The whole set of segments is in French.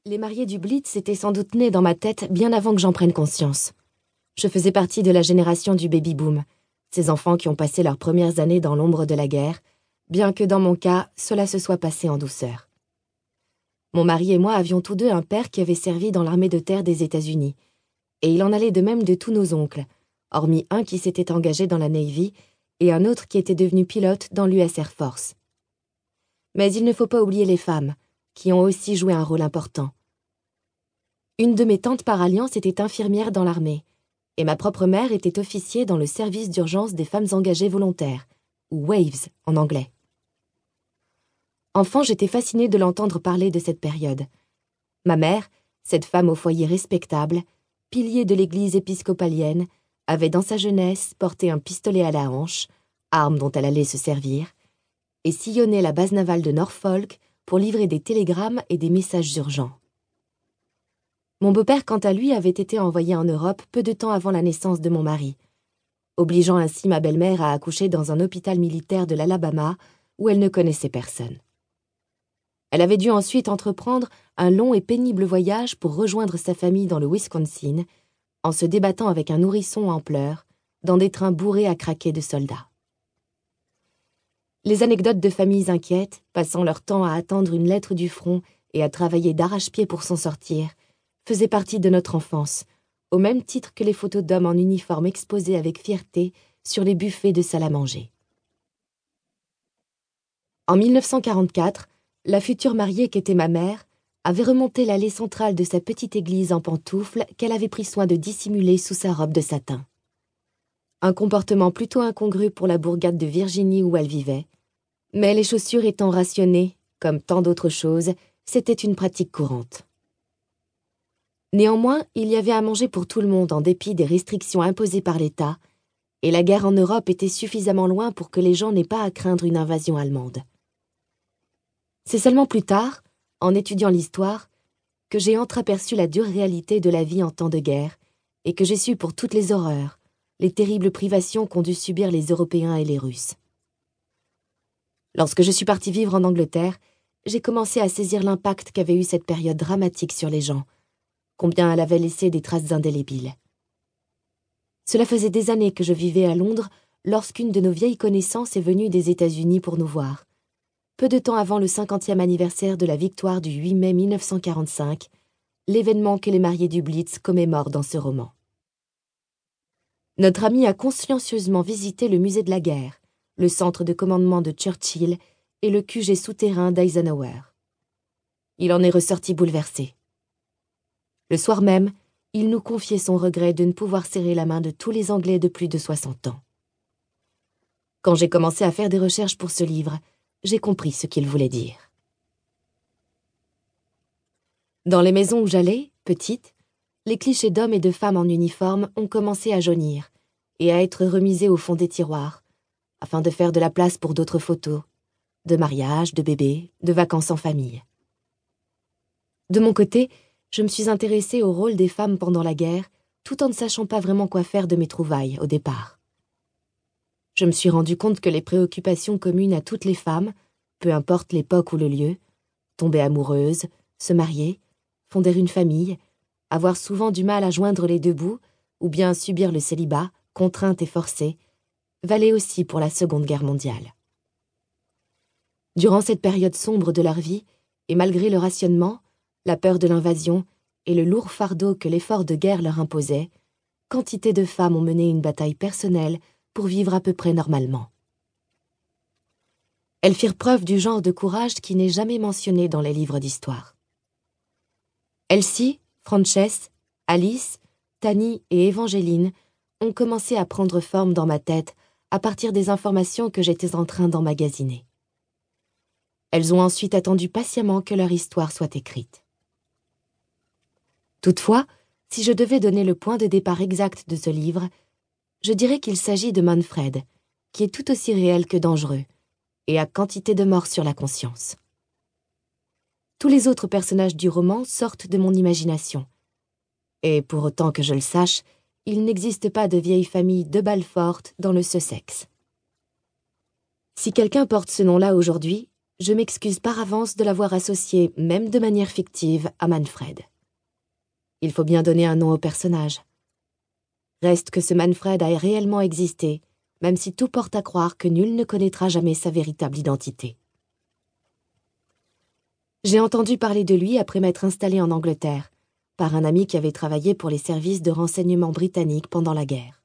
Les mariés du Blitz étaient sans doute nés dans ma tête bien avant que j'en prenne conscience. Je faisais partie de la génération du baby-boom, ces enfants qui ont passé leurs premières années dans l'ombre de la guerre, bien que dans mon cas, cela se soit passé en douceur. Mon mari et moi avions tous deux un père qui avait servi dans l'armée de terre des États-Unis, et il en allait de même de tous nos oncles, hormis un qui s'était engagé dans la Navy et un autre qui était devenu pilote dans l'US Air Force. Mais il ne faut pas oublier les femmes, qui ont aussi joué un rôle important. Une de mes tantes par alliance était infirmière dans l'armée, et ma propre mère était officier dans le service d'urgence des femmes engagées volontaires, ou WAVES en anglais. Enfant, j'étais fascinée de l'entendre parler de cette période. Ma mère, cette femme au foyer respectable, pilier de l'église épiscopalienne, avait dans sa jeunesse porté un pistolet à la hanche, arme dont elle allait se servir, et sillonnait la base navale de Norfolk pour livrer des télégrammes et des messages urgents. Mon beau-père, quant à lui, avait été envoyé en Europe peu de temps avant la naissance de mon mari, obligeant ainsi ma belle-mère à accoucher dans un hôpital militaire de l'Alabama où elle ne connaissait personne. Elle avait dû ensuite entreprendre un long et pénible voyage pour rejoindre sa famille dans le Wisconsin, en se débattant avec un nourrisson en pleurs, dans des trains bourrés à craquer de soldats. Les anecdotes de familles inquiètes, passant leur temps à attendre une lettre du front et à travailler d'arrache-pied pour s'en sortir, faisaient partie de notre enfance, au même titre que les photos d'hommes en uniforme exposées avec fierté sur les buffets de salle à manger. En 1944, la future mariée qu'était ma mère avait remonté l'allée centrale de sa petite église en pantoufles qu'elle avait pris soin de dissimuler sous sa robe de satin. Un comportement plutôt incongru pour la bourgade de Virginie où elle vivait, mais les chaussures étant rationnées, comme tant d'autres choses, c'était une pratique courante. Néanmoins, il y avait à manger pour tout le monde en dépit des restrictions imposées par l'État, et la guerre en Europe était suffisamment loin pour que les gens n'aient pas à craindre une invasion allemande. C'est seulement plus tard, en étudiant l'histoire, que j'ai entreaperçu la dure réalité de la vie en temps de guerre, et que j'ai su pour toutes les horreurs, les terribles privations qu'ont dû subir les Européens et les Russes. Lorsque je suis partie vivre en Angleterre, j'ai commencé à saisir l'impact qu'avait eu cette période dramatique sur les gens, combien elle avait laissé des traces indélébiles. Cela faisait des années que je vivais à Londres lorsqu'une de nos vieilles connaissances est venue des États-Unis pour nous voir, peu de temps avant le 50e anniversaire de la victoire du 8 mai 1945, l'événement que les mariés du Blitz commémorent dans ce roman. Notre ami a consciencieusement visité le musée de la guerre, le centre de commandement de Churchill et le QG souterrain d'Eisenhower. Il en est ressorti bouleversé. Le soir même, il nous confiait son regret de ne pouvoir serrer la main de tous les Anglais de plus de 60 ans. Quand j'ai commencé à faire des recherches pour ce livre, j'ai compris ce qu'il voulait dire. Dans les maisons où j'allais, petite, les clichés d'hommes et de femmes en uniforme ont commencé à jaunir et à être remisés au fond des tiroirs, afin de faire de la place pour d'autres photos, de mariages, de bébés, de vacances en famille. De mon côté, je me suis intéressée au rôle des femmes pendant la guerre, tout en ne sachant pas vraiment quoi faire de mes trouvailles au départ. Je me suis rendu compte que les préoccupations communes à toutes les femmes, peu importe l'époque ou le lieu, tomber amoureuse, se marier, fonder une famille, avoir souvent du mal à joindre les deux bouts, ou bien subir le célibat, contrainte et forcée, valaient aussi pour la Seconde Guerre mondiale. Durant cette période sombre de leur vie, et malgré le rationnement, la peur de l'invasion et le lourd fardeau que l'effort de guerre leur imposait, quantité de femmes ont mené une bataille personnelle pour vivre à peu près normalement. Elles firent preuve du genre de courage qui n'est jamais mentionné dans les livres d'histoire. Elsie, Frances, Alice, Tanny et Évangeline ont commencé à prendre forme dans ma tête à partir des informations que j'étais en train d'emmagasiner. Elles ont ensuite attendu patiemment que leur histoire soit écrite. Toutefois, si je devais donner le point de départ exact de ce livre, je dirais qu'il s'agit de Manfred, qui est tout aussi réel que dangereux, et a quantité de morts sur la conscience. Tous les autres personnages du roman sortent de mon imagination, et pour autant que je le sache, il n'existe pas de vieille famille de Balfort dans le Sussex. Si quelqu'un porte ce nom-là aujourd'hui, Je m'excuse par avance de l'avoir associé, même de manière fictive, à Manfred. Il faut bien donner un nom au personnage. Reste que ce Manfred a réellement existé, même si tout porte à croire que nul ne connaîtra jamais sa véritable identité. J'ai entendu parler de lui après m'être installée en Angleterre, par un ami qui avait travaillé pour les services de renseignement britanniques pendant la guerre.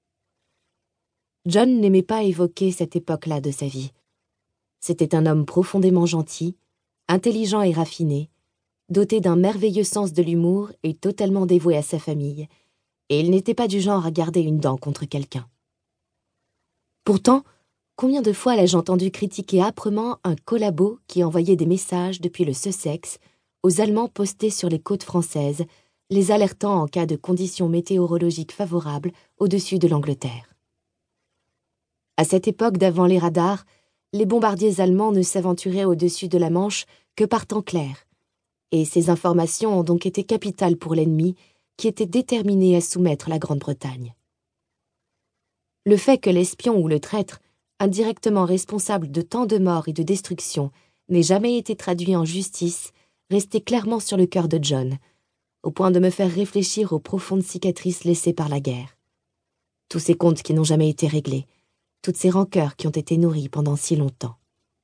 John n'aimait pas évoquer cette époque-là de sa vie. C'était un homme profondément gentil, intelligent et raffiné, doté d'un merveilleux sens de l'humour et totalement dévoué à sa famille, et il n'était pas du genre à garder une dent contre quelqu'un. Pourtant, combien de fois l'ai-je entendu critiquer âprement un collabo qui envoyait des messages depuis le Sussex aux Allemands postés sur les côtes françaises, les alertant en cas de conditions météorologiques favorables au-dessus de l'Angleterre. À cette époque d'avant les radars, les bombardiers allemands ne s'aventuraient au-dessus de la Manche que par temps clair, et ces informations ont donc été capitales pour l'ennemi qui était déterminé à soumettre la Grande-Bretagne. Le fait que l'espion ou le traître, indirectement responsable de tant de morts et de destruction, n'ait jamais été traduit en justice, restait clairement sur le cœur de John, au point de me faire réfléchir aux profondes cicatrices laissées par la guerre. Tous ces comptes qui n'ont jamais été réglés, toutes ces rancœurs qui ont été nourries pendant si longtemps.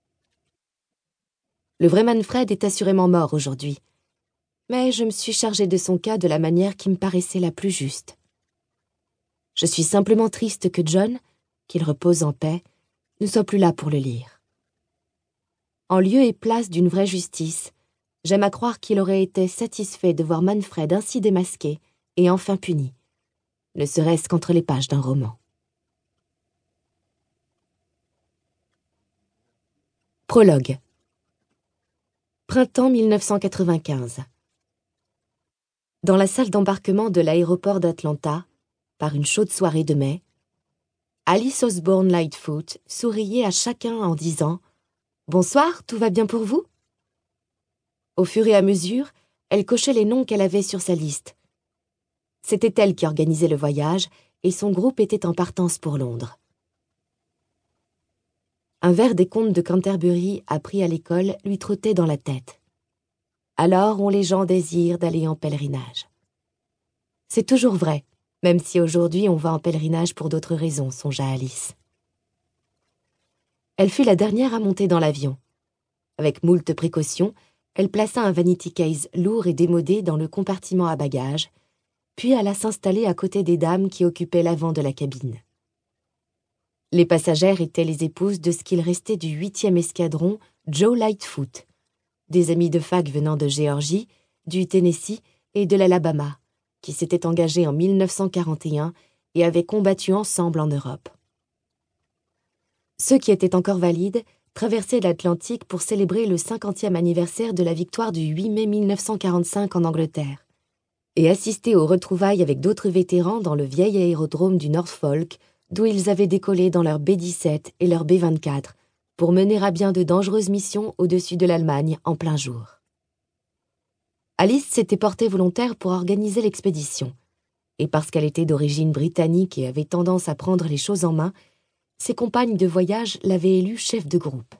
Le vrai Manfred est assurément mort aujourd'hui, mais je me suis chargée de son cas de la manière qui me paraissait la plus juste. Je suis simplement triste que John, qu'il repose en paix, ne soit plus là pour le lire. En lieu et place d'une vraie justice, j'aime à croire qu'il aurait été satisfait de voir Manfred ainsi démasqué et enfin puni, ne serait-ce qu'entre les pages d'un roman. Prologue. Printemps 1995. Dans la salle d'embarquement de l'aéroport d'Atlanta, par une chaude soirée de mai, Alice Osborne Lightfoot souriait à chacun en disant « Bonsoir, tout va bien pour vous ?» Au fur et à mesure, elle cochait les noms qu'elle avait sur sa liste. C'était elle qui organisait le voyage et son groupe était en partance pour Londres. Un vers des contes de Canterbury appris à l'école lui trottait dans la tête. Alors ont les gens désir d'aller en pèlerinage. C'est toujours vrai, même si aujourd'hui on va en pèlerinage pour d'autres raisons, songea Alice. Elle fut la dernière à monter dans l'avion. Avec moult précautions, elle plaça un vanity case lourd et démodé dans le compartiment à bagages, puis alla s'installer à côté des dames qui occupaient l'avant de la cabine. Les passagères étaient les épouses de ce qu'il restait du 8e escadron Joe Lightfoot, des amis de fac venant de Géorgie, du Tennessee et de l'Alabama, qui s'étaient engagés en 1941 et avaient combattu ensemble en Europe. Ceux qui étaient encore valides traversaient l'Atlantique pour célébrer le 50e anniversaire de la victoire du 8 mai 1945 en Angleterre, et assister aux retrouvailles avec d'autres vétérans dans le vieil aérodrome du Norfolk, d'où ils avaient décollé dans leur B-17 et leur B-24 pour mener à bien de dangereuses missions au-dessus de l'Allemagne en plein jour. Alice s'était portée volontaire pour organiser l'expédition, et parce qu'elle était d'origine britannique et avait tendance à prendre les choses en main, ses compagnes de voyage l'avaient élue chef de groupe.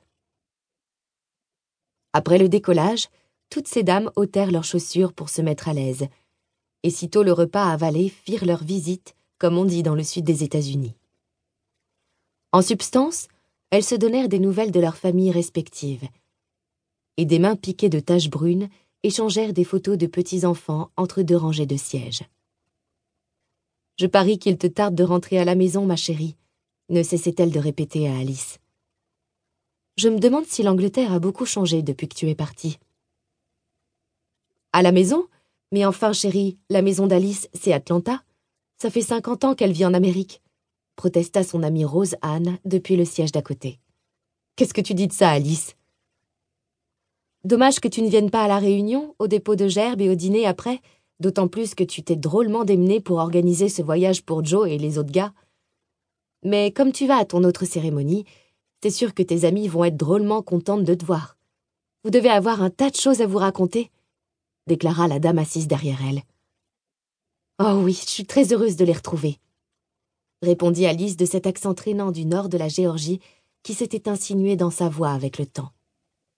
Après le décollage, toutes ces dames ôtèrent leurs chaussures pour se mettre à l'aise, et sitôt le repas avalé firent leur visite, comme on dit dans le sud des États-Unis. En substance, elles se donnèrent des nouvelles de leurs familles respectives, et des mains piquées de taches brunes échangèrent des photos de petits-enfants entre deux rangées de sièges. « Je parie qu'il te tarde de rentrer à la maison, ma chérie », ne cessait-elle de répéter à Alice. « Je me demande si l'Angleterre a beaucoup changé depuis que tu es partie. »« À la maison ? Mais enfin, chérie, la maison d'Alice, c'est Atlanta. Ça fait 50 ans qu'elle vit en Amérique. » protesta son amie Rose Anne depuis le siège d'à côté. « Qu'est-ce que tu dis de ça, Alice ? Dommage que tu ne viennes pas à la réunion, au dépôt de gerbes et au dîner après, d'autant plus que tu t'es drôlement démenée pour organiser ce voyage pour Joe et les autres gars. Mais comme tu vas à ton autre cérémonie, c'est sûr que tes amies vont être drôlement contentes de te voir. Vous devez avoir un tas de choses à vous raconter, déclara la dame assise derrière elle. « Oh oui, je suis très heureuse de les retrouver, » répondit Alice de cet accent traînant du nord de la Géorgie qui s'était insinué dans sa voix avec le temps.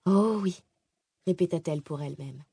Oh oui, répéta-t-elle pour elle-même.